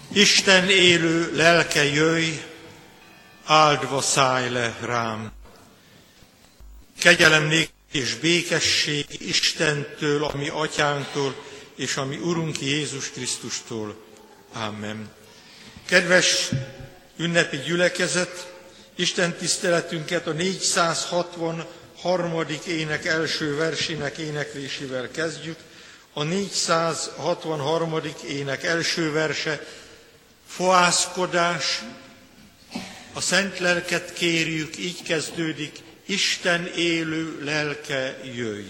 Isten élő lelke, jöjj, áldva szállj le rám. Kegyelem néktek és békesség Istentől, a mi atyánktól, és a mi Urunk Jézus Krisztustól. Amen. Kedves ünnepi gyülekezet, Isten tiszteletünket a 463. ének első versének éneklésével kezdjük. A 463. ének első verse fohászkodás, a Szent Lelket kérjük, így kezdődik: Isten élő lelke, jöjj!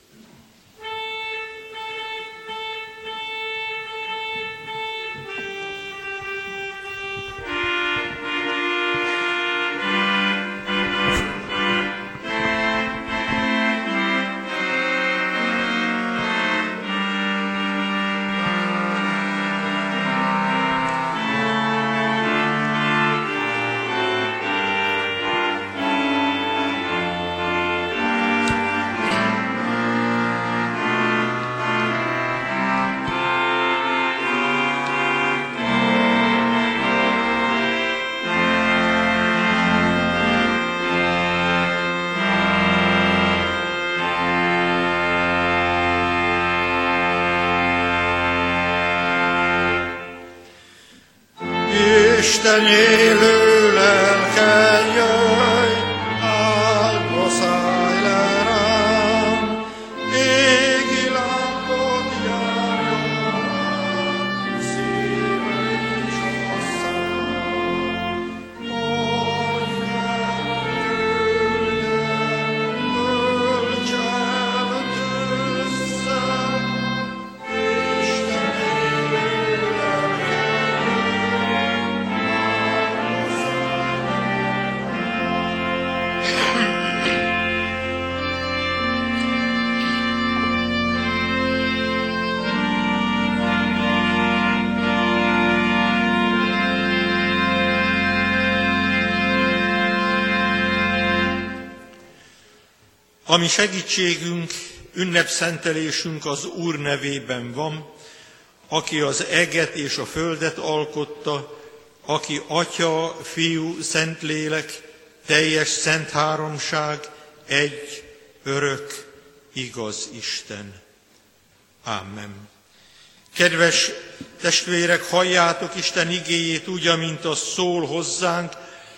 Isten élő lelke, jöjj, áldva szállj le rám, égi lámpod járjon rám, szíve is a szám. Hogy felgyűljen, ölts el tűzzel, Isten élő lelke, A mi segítségünk, ünnepszentelésünk az Úr nevében van, aki az eget és a földet alkotta, aki Atya, Fiú, Szentlélek, teljes szent háromság, egy, örök, igaz Isten. Amen. Kedves testvérek, halljátok Isten igéjét úgy, amint az szól hozzánk,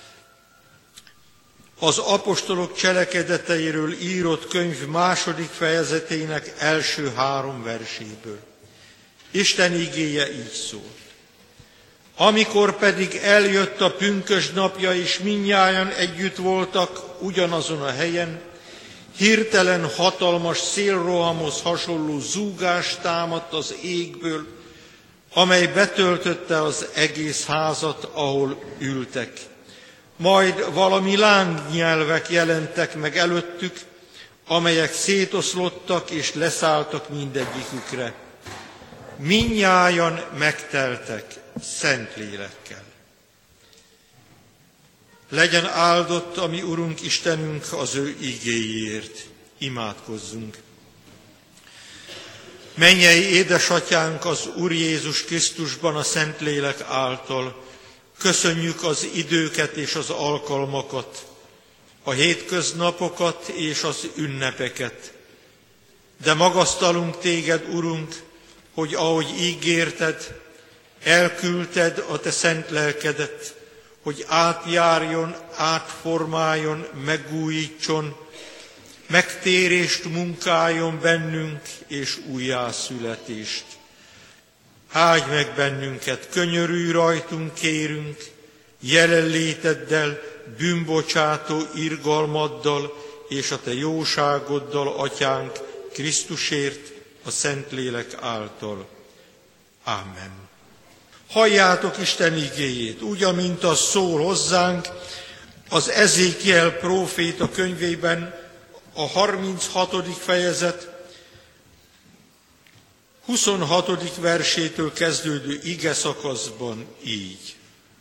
az apostolok cselekedeteiről írott könyv 2. fejezetének első 3 verséből. Isten igéje így szól: Amikor pedig eljött a pünkösd napja, és mindnyájan együtt voltak ugyanazon a helyen, hirtelen hatalmas szélrohamhoz hasonló zúgás támadt az égből, amely betöltötte az egész házat, ahol ültek. Majd valami lángnyelvek jelentek meg előttük, amelyek szétoszlottak és leszálltak mindegyikükre. Mindnyájan megteltek Szentlélekkel. Legyen áldott a mi Urunk Istenünk az ő igéjéért. Imádkozzunk. Mennyei édesatyánk az Úr Jézus Krisztusban a Szentlélek által, köszönjük az időket és az alkalmakat, a hétköznapokat és az ünnepeket. De magasztalunk téged, Urunk, hogy ahogy ígérted, elküldted a te szent lelkedet, hogy átjárjon, átformáljon, megújítson, megtérést munkáljon bennünk és újjászületést. Áldj meg bennünket, könyörülj rajtunk, kérünk, jelenléteddel, bűnbocsátó irgalmaddal és a te jóságoddal, Atyánk, Krisztusért, a Szentlélek által. Amen. Halljátok Isten igéjét, úgy, amint az szól hozzánk az Ezékiel próféta könyvében, a 36. fejezet 26. versétől kezdődő ige szakaszban így.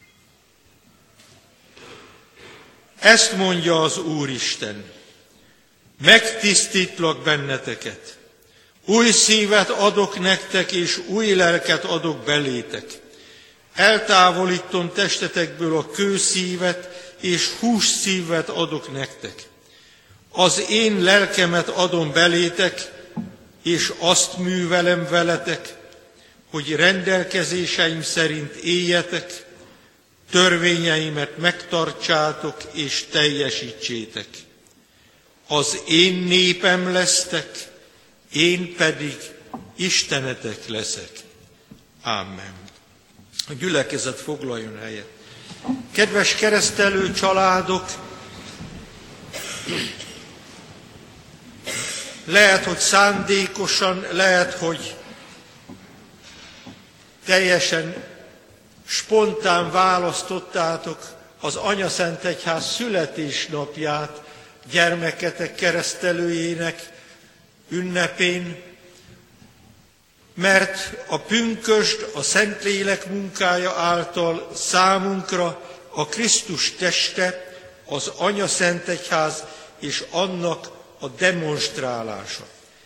Ezt mondja az Úristen: megtisztítlak benneteket, új szívet adok nektek, és új lelket adok belétek. eltávolítom testetekből a kőszívet, és hússzívet adok nektek. Az én lelkemet adom belétek, és azt művelem veletek, hogy rendelkezéseim szerint éljetek, törvényeimet megtartsátok és teljesítsétek. Az én népem lesztek, én pedig Istenetek leszek. Ámen. A gyülekezet foglaljon helyet. Kedves keresztelő családok, lehet, hogy szándékosan, lehet, hogy teljesen spontán választottátok az Anyaszentegyház születésnapját gyermeketek keresztelőjének ünnepén, mert a pünkösd, a Szentlélek munkája által számunkra a Krisztus teste, az Anyaszentegyház és annak a demonstrálása.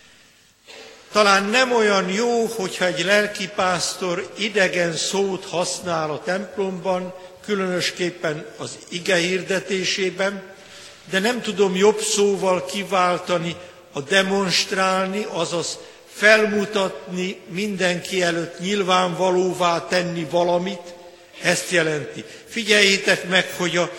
Talán nem olyan jó, hogyha egy lelkipásztor idegen szót használ a templomban, különösképpen az ige hirdetésében, de nem tudom jobb szóval kiváltani a demonstrálni, azaz felmutatni, mindenki előtt nyilvánvalóvá tenni valamit, ezt jelenti. Figyeljétek meg, hogy a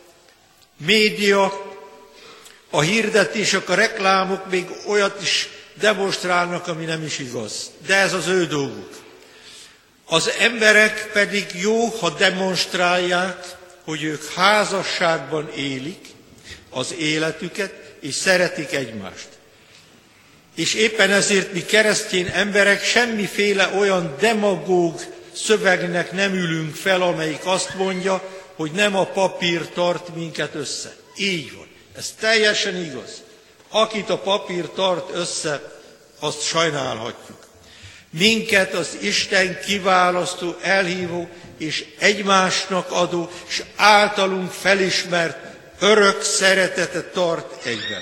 média, a hirdetések, a reklámok még olyat is demonstrálnak, ami nem is igaz. De ez az ő dolguk. Az emberek pedig jó, ha demonstrálják, hogy ők házasságban élik az életüket, és szeretik egymást. És éppen ezért mi keresztény emberek semmiféle olyan demagóg szövegnek nem ülünk fel, amelyik azt mondja, hogy nem a papír tart minket össze. Így van. Ez teljesen igaz. Akit a papír tart össze, azt sajnálhatjuk. Minket az Isten kiválasztó, elhívó és egymásnak adó, és általunk felismert örök szeretete tart egyben.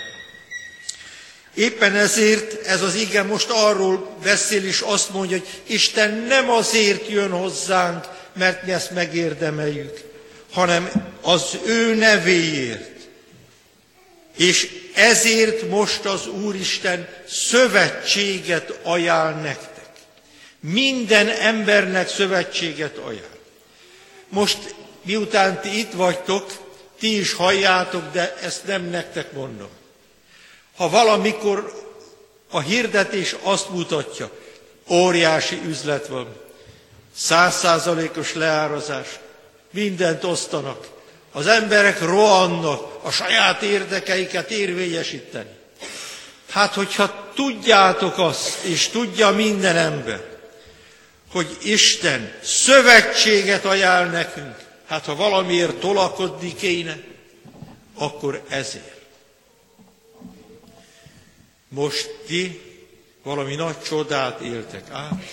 Éppen ezért ez az ige most arról beszél, és azt mondja, hogy Isten nem azért jön hozzánk, mert mi ezt megérdemeljük, hanem az ő nevéért. És ezért most az Úristen szövetséget ajánl nektek. Minden embernek szövetséget ajánl. Most miután ti itt vagytok, ti is halljátok, de ezt nem nektek mondom. Ha valamikor a hirdetés azt mutatja, óriási üzlet van, 100%-os leárazás, mindent osztanak, az emberek rohannak a saját érdekeiket érvényesíteni. Hát, hogyha tudjátok azt, és tudja minden ember, hogy Isten szövetséget ajánl nekünk, hát ha valamiért tolakodni kéne, akkor ezért. Most ti valami nagy csodát éltek át.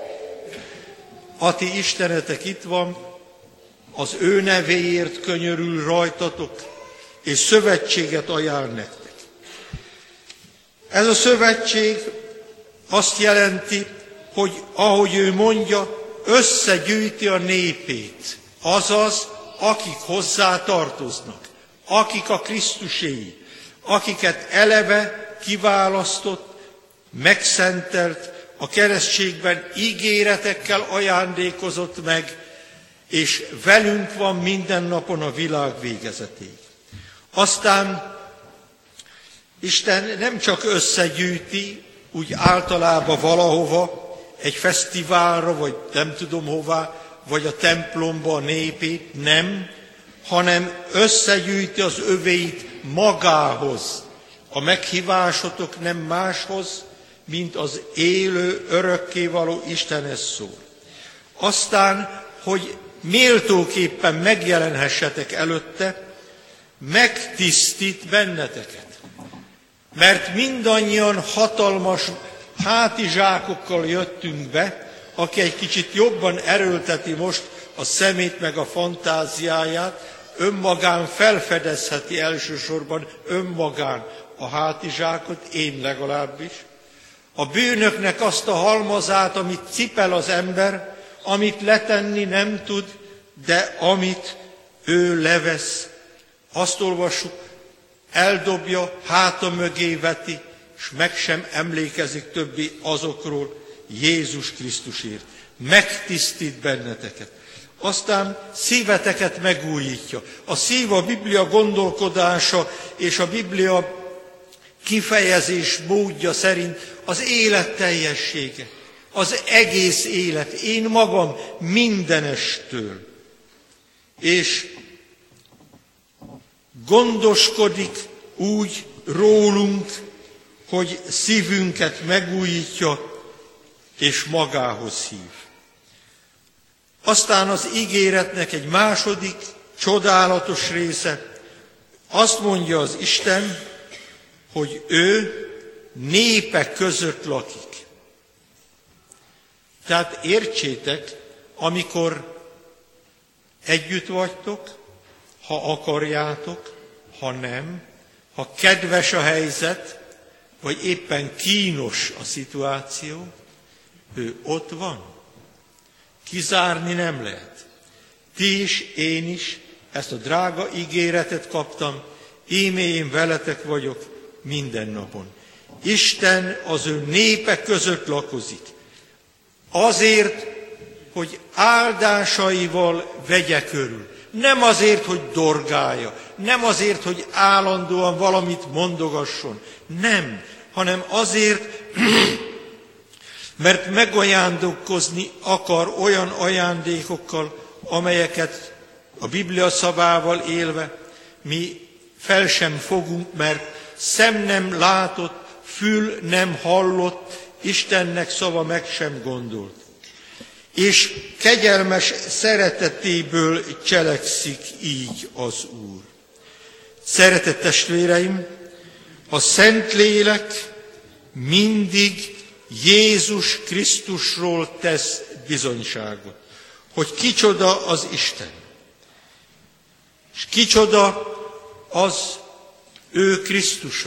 A ti Istenetek itt van, az ő nevéért könyörül rajtatok, és szövetséget ajánl nektek. Ez a szövetség azt jelenti, hogy ahogy ő mondja, összegyűjti a népét, azaz, akik hozzá tartoznak, akik a Krisztuséi, akiket eleve kiválasztott, megszentelt, a keresztségben ígéretekkel ajándékozott meg, és velünk van minden napon a világ végezetéig. Aztán Isten nem csak összegyűjti, úgy általában valahova, egy fesztiválra, vagy nem tudom hová, vagy a templomba a népét, nem, hanem összegyűjti az övéit magához. A meghívásotok nem máshoz, mint az élő, örökkévaló Istenhez szól. Aztán, hogy méltóképpen megjelenhessetek előtte, megtisztít benneteket. Mert mindannyian hatalmas hátizsákokkal jöttünk be, aki egy kicsit jobban erőlteti most a szemét meg a fantáziáját, önmagán felfedezheti elsősorban önmagán a hátizsákot, én legalábbis. A bűnöknek azt a halmazát, amit cipel az ember, amit letenni nem tud, de amit ő levesz. Azt olvassuk, eldobja, háta mögé veti, és meg sem emlékezik többi azokról Jézus Krisztusért. Megtisztít benneteket. Aztán szíveteket megújítja. A szív a Biblia gondolkodása és a Biblia kifejezés módja szerint az élet teljessége, az egész élet, én magam mindenestől. És gondoskodik úgy rólunk, hogy szívünket megújítja és magához hív. Aztán az ígéretnek egy második, csodálatos része, azt mondja az Isten, hogy ő népek között lakik. Tehát értsétek, amikor együtt vagytok, ha akarjátok, ha nem, ha kedves a helyzet, vagy éppen kínos a szituáció, ő ott van. Kizárni nem lehet. Ti is, én is ezt a drága ígéretet kaptam, íme én veletek vagyok minden napon. Isten az ő népe között lakozik. Azért, hogy áldásaival vegye körül. Nem azért, hogy dorgálja, nem azért, hogy állandóan valamit mondogasson. Nem, hanem azért, mert megajándékozni akar olyan ajándékokkal, amelyeket a Biblia szavával élve mi fel sem fogunk, mert szem nem látott, fül nem hallott, Istennek szava meg sem gondolt. És kegyelmes szeretetéből cselekszik így az Úr. Szeretett testvéreim, a Szentlélek mindig Jézus Krisztusról tesz bizonyságot, hogy kicsoda az Isten, és kicsoda az ő Krisztusa.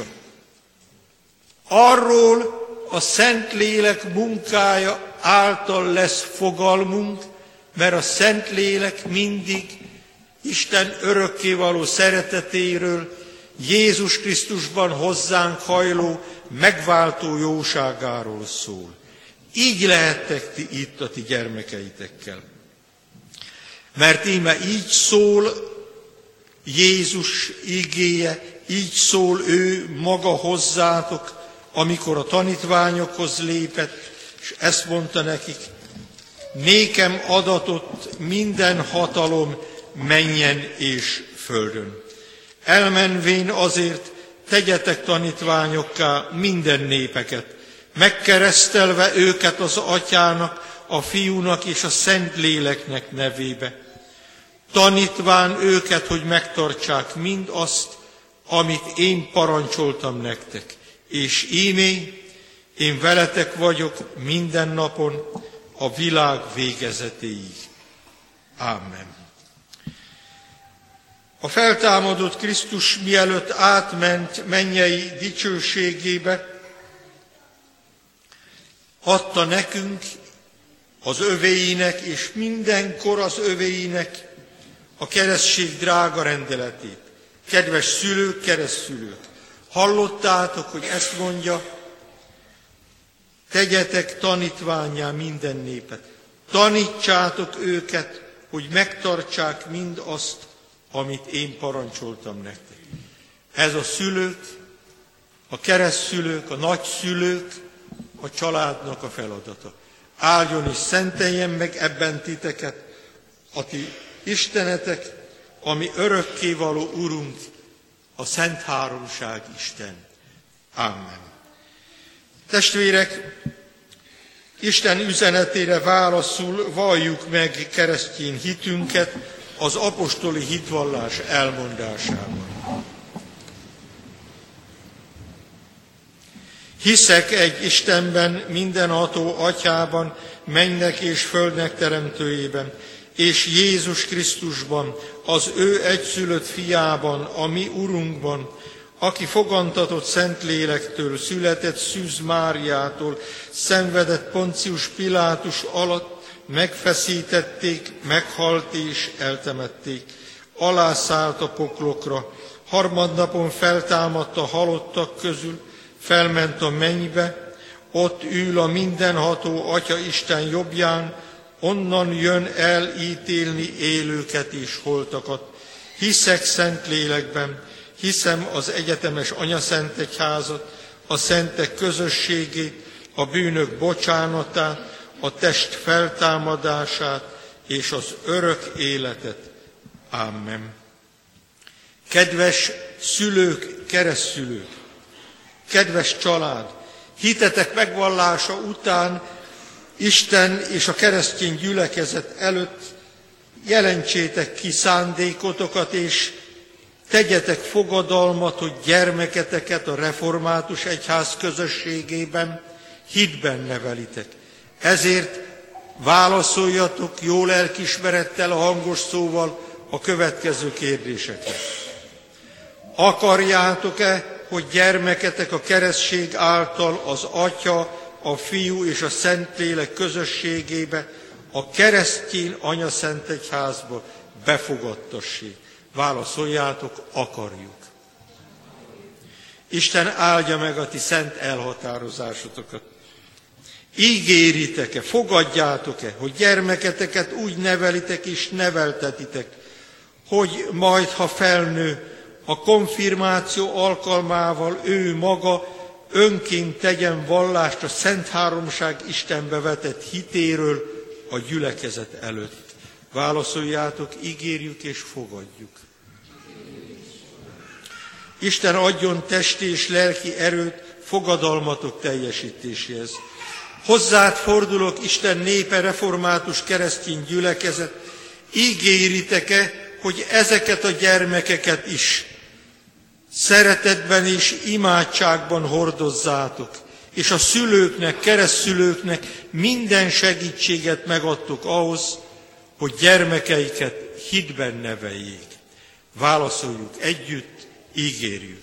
Arról a Szentlélek munkája által lesz fogalmunk, mert a Szentlélek mindig Isten örökkévaló szeretetéről, Jézus Krisztusban hozzánk hajló, megváltó jóságáról szól. Így lehettek ti itt a ti gyermekeitekkel. Mert íme így szól Jézus igéje, így szól ő maga hozzátok, amikor a tanítványokhoz lépett, és ezt mondta nekik, nékem adatott minden hatalom mennyen és földön. Elmenvén azért tegyetek tanítványokká minden népeket, megkeresztelve őket az Atyának, a Fiúnak és a Szentléleknek nevébe. Tanítván őket, hogy megtartsák mind azt, amit én parancsoltam nektek. És ímé, én veletek vagyok minden napon a világ végezetéig. Ámen. A feltámadott Krisztus mielőtt átment mennyei dicsőségébe, adta nekünk, az övéinek és mindenkor az övéinek a keresztség drága rendeletét. Kedves szülők, keresztszülők, hallottátok, hogy ezt mondja, tegyetek tanítvánnyá minden népet. Tanítsátok őket, hogy megtartsák mind azt, amit én parancsoltam nektek. Ez a szülők, a keresztszülők, a nagyszülők, a családnak a feladata. Áldjon és szenteljen meg ebben titeket, a ti Istenetek, ami örökkévaló Urunk, a Szent Háromság Isten. Ámen. Testvérek, Isten üzenetére válaszul valljuk meg keresztény hitünket az apostoli hitvallás elmondásában. Hiszek egy Istenben, mindenható Atyában, mennek és földnek teremtőjében, és Jézus Krisztusban, az ő egyszülött fiában, a mi Urunkban, aki fogantatott Szentlélektől, született Szűz Máriától, szenvedett Poncius Pilátus alatt, megfeszítették, meghalt és eltemették. Alászállt a poklokra, harmadnapon feltámadt a halottak közül, felment a mennybe, ott ül a mindenható Atya Isten jobbján, onnan jön el ítélni élőket és holtakat. Hiszek Szentlélekben, hiszem az egyetemes Anyaszentegyházat, a szentek közösségét, a bűnök bocsánatát, a test feltámadását és az örök életet. Amen. Kedves szülők, keresztszülők, kedves család, hitetek megvallása után Isten és a keresztény gyülekezet előtt jelentsétek ki szándékotokat, és tegyetek fogadalmat, hogy gyermeketeket a református egyház közösségében hitben nevelitek. Ezért válaszoljatok jó lelkiismerettel, a hangos szóval a következő kérdésekre. Akarjátok-e, hogy gyermeketek a keresztség által az Atya, a Fiú és a Szentlélek közösségébe, a keresztény Anyaszentegyházba befogadtassék? Válaszoljátok, akarjuk. Isten áldja meg a ti szent elhatározásotokat. Ígéritek-e, fogadjátok-e, hogy gyermeketeket úgy nevelitek és neveltetitek, hogy majd, ha felnő, a konfirmáció alkalmával ő maga önként tegyen vallást a Szent Háromság Istenbe vetett hitéről a gyülekezet előtt? Válaszoljátok, ígérjük és fogadjuk. Isten adjon testi és lelki erőt fogadalmatok teljesítéséhez. Hozzád fordulok, Isten népe, református keresztény gyülekezet, ígéritek-e, hogy ezeket a gyermekeket is szeretetben és imádságban hordozzátok, és a szülőknek, keresztszülőknek minden segítséget megadtok ahhoz, hogy gyermekeiket hitben neveljék? Válaszoljuk együtt, ígérjük.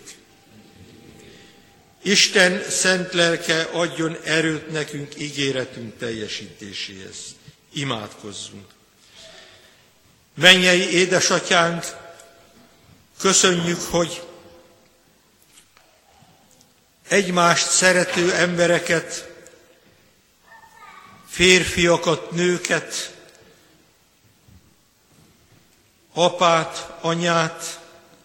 Isten szent lelke adjon erőt nekünk ígéretünk teljesítéséhez. Imádkozzunk. Mennyei édesatyánk, köszönjük, hogy egymást szerető embereket, férfiakat, nőket, apát, anyát,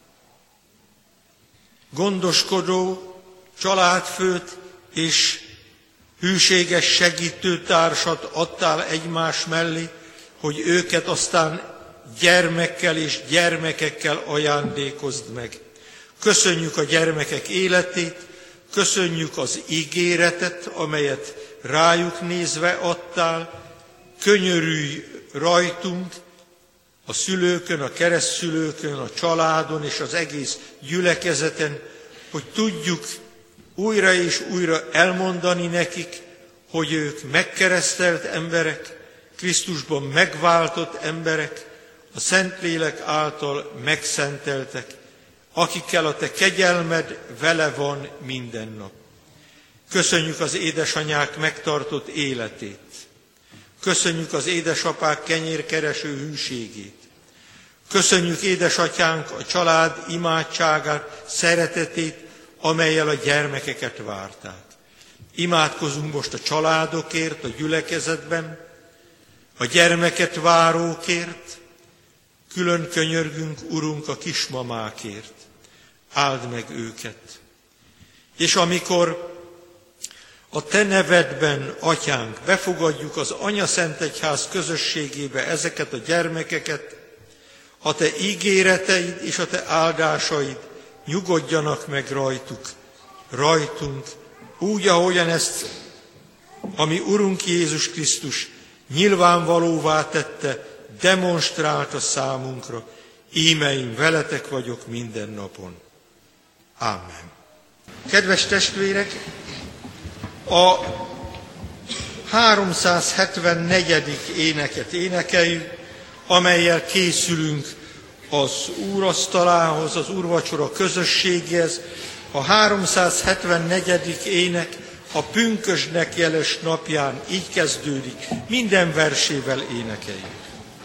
gondoskodó családfőt és hűséges segítőtársat adtál egymás mellé, hogy őket aztán gyermekkel és gyermekekkel ajándékozd meg. Köszönjük a gyermekek életét, köszönjük az ígéretet, amelyet rájuk nézve adtál, könyörülj rajtunk, a szülőkön, a keresztszülőkön, a családon és az egész gyülekezeten, hogy tudjuk újra és újra elmondani nekik, hogy ők megkeresztelt emberek, Krisztusban megváltott emberek, a Szentlélek által megszenteltek, akikkel a te kegyelmed vele van minden nap. Köszönjük az édesanyák megtartott életét. Köszönjük az édesapák kenyérkereső hűségét. Köszönjük édesatyánk a család imádságát, szeretetét, amellyel a gyermekeket várták. Imádkozunk most a családokért, a gyülekezetben, a gyermeket várókért, külön könyörgünk, Urunk, a kismamákért. Áld meg őket. És amikor a te nevedben, Atyánk, befogadjuk az Anyaszentegyház közösségébe ezeket a gyermekeket, a te ígéreteid és a te áldásaid nyugodjanak meg rajtunk, úgy, ahogyan ezt a mi Urunk Jézus Krisztus nyilvánvalóvá tette, demonstrálta számunkra. Íme én veletek vagyok minden napon. Ámen. Kedves testvérek, a 374. éneket énekeljük, amellyel készülünk az úrasztalához, az úrvacsora közösséghez. A 374. ének a pünkösdnek jeles napján így kezdődik, minden versével énekeljük.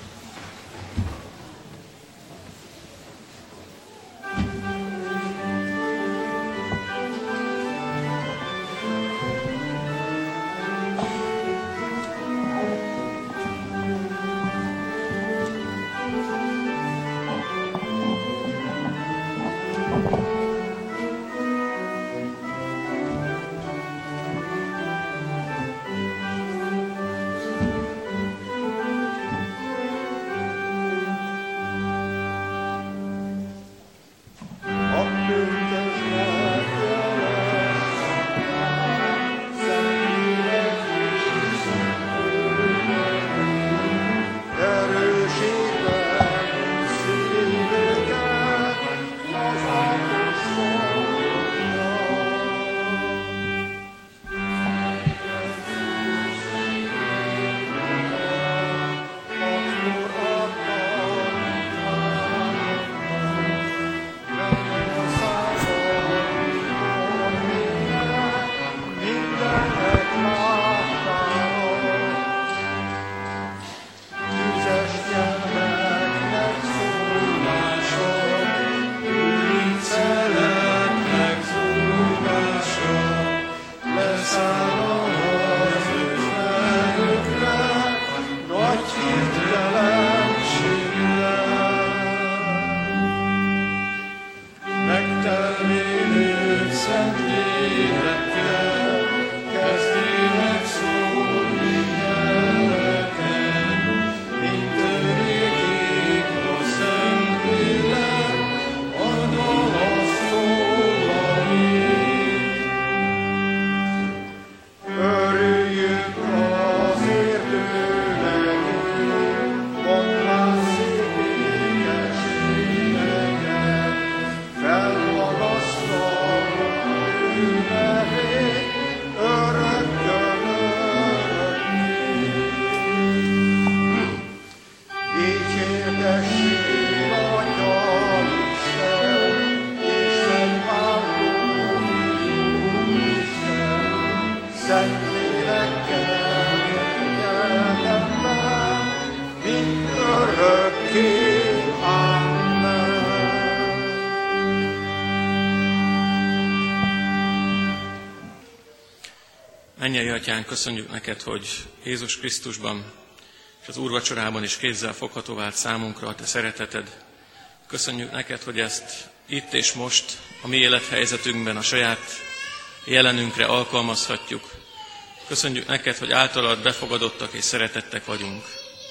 Mennyei Atyánk, köszönjük neked, hogy Jézus Krisztusban és az úrvacsorában is kézzel fogható vált számunkra a te szereteted. Köszönjük neked, hogy ezt itt és most a mi élethelyzetünkben a saját jelenünkre alkalmazhatjuk. Köszönjük neked, hogy általad befogadottak és szeretettek vagyunk.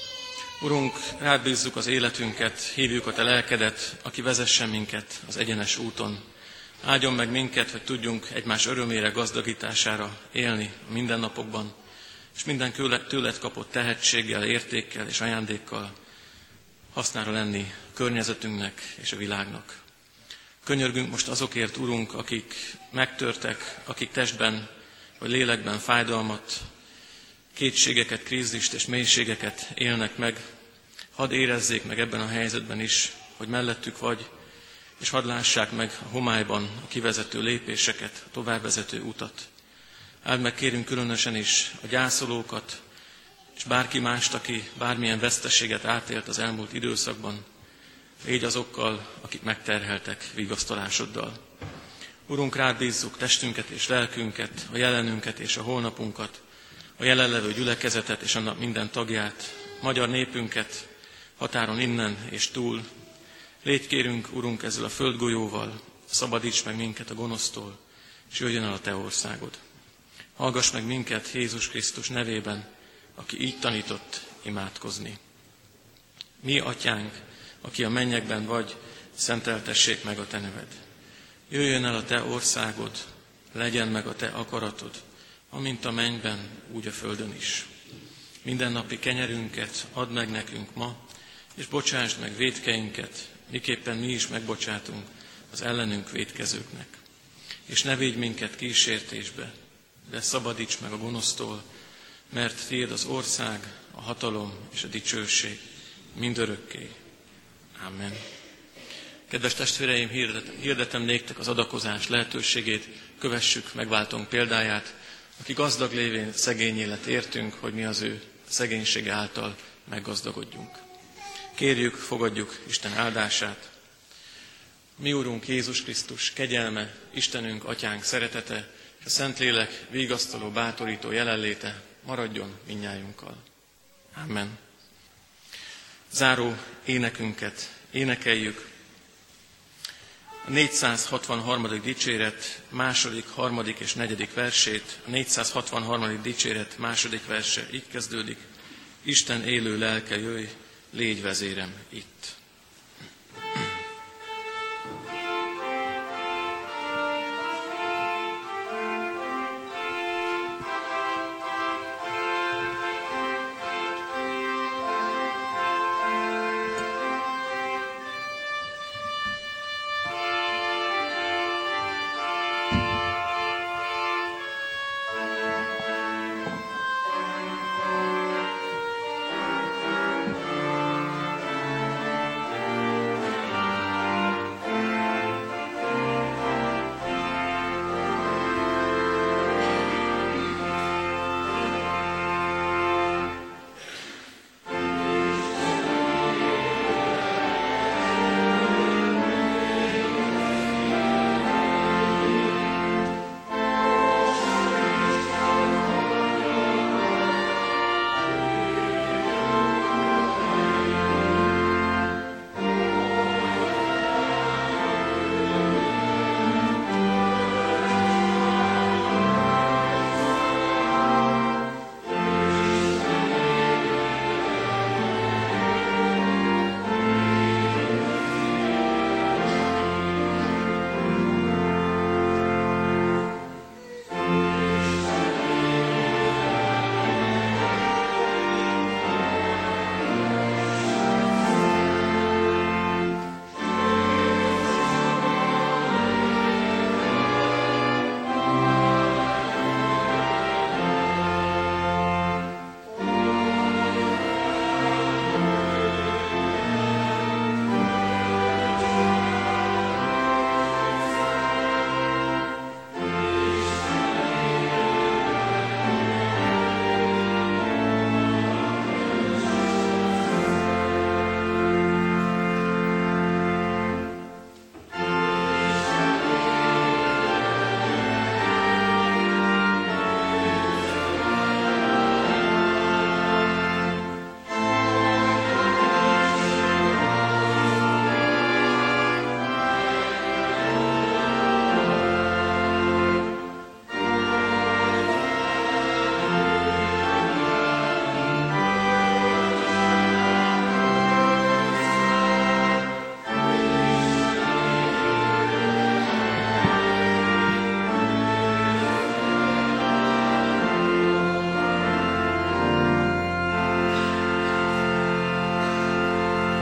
Urunk, rád bízzuk az életünket, hívjuk a te lelkedet, aki vezessen minket az egyenes úton. Áldjon meg minket, hogy tudjunk egymás örömére, gazdagítására élni a mindennapokban, és minden tőled kapott tehetséggel, értékkel és ajándékkal hasznára lenni a környezetünknek és a világnak. Könyörgünk most azokért, Urunk, akik megtörtek, akik testben vagy lélekben fájdalmat, kétségeket, krízist és mélységeket élnek meg. Hadd érezzék meg ebben a helyzetben is, hogy mellettük vagy, és hadd lássák meg a homályban a kivezető lépéseket, a továbbvezető utat. Áld meg, kérünk, különösen is a gyászolókat, és bárki mást, aki bármilyen veszteséget átélt az elmúlt időszakban, légy azokkal, akik megterheltek vigasztalásoddal. Urunk, rád bízzuk testünket és lelkünket, a jelenünket és a holnapunkat, a jelenlevő gyülekezetet és annak minden tagját, magyar népünket, határon innen és túl. Légy, kérünk, Urunk, ezzel a földgolyóval, szabadíts meg minket a gonosztól, és jöjjön el a te országod. Hallgass meg minket Jézus Krisztus nevében, aki így tanított imádkozni. Mi, Atyánk, aki a mennyekben vagy, szenteltessék meg a te neved. Jöjjön el a te országod, legyen meg a te akaratod, amint a mennyben, úgy a földön is. Mindennapi kenyerünket add meg nekünk ma, és bocsásd meg vétkeinket, miképpen mi is megbocsátunk az ellenünk vétkezőknek. És ne védj minket kísértésbe, de szabadíts meg a gonosztól, mert tiéd az ország, a hatalom és a dicsőség mindörökké. Amen. Kedves testvéreim, hirdetem néktek az adakozás lehetőségét, kövessük megváltónk példáját. aki gazdag lévén szegényé lett értünk, hogy mi az ő szegénysége által meggazdagodjunk. Kérjük, fogadjuk Isten áldását. Mi Úrunk Jézus Krisztus kegyelme, Istenünk, Atyánk szeretete, és a Szentlélek vigasztaló, bátorító jelenléte maradjon mindnyájunkkal. Amen. Záró énekünket énekeljük. A 463. dicséret második, harmadik és negyedik versét. A 463. dicséret második verse így kezdődik. Isten élő lelke, jöjj, légy vezérem itt.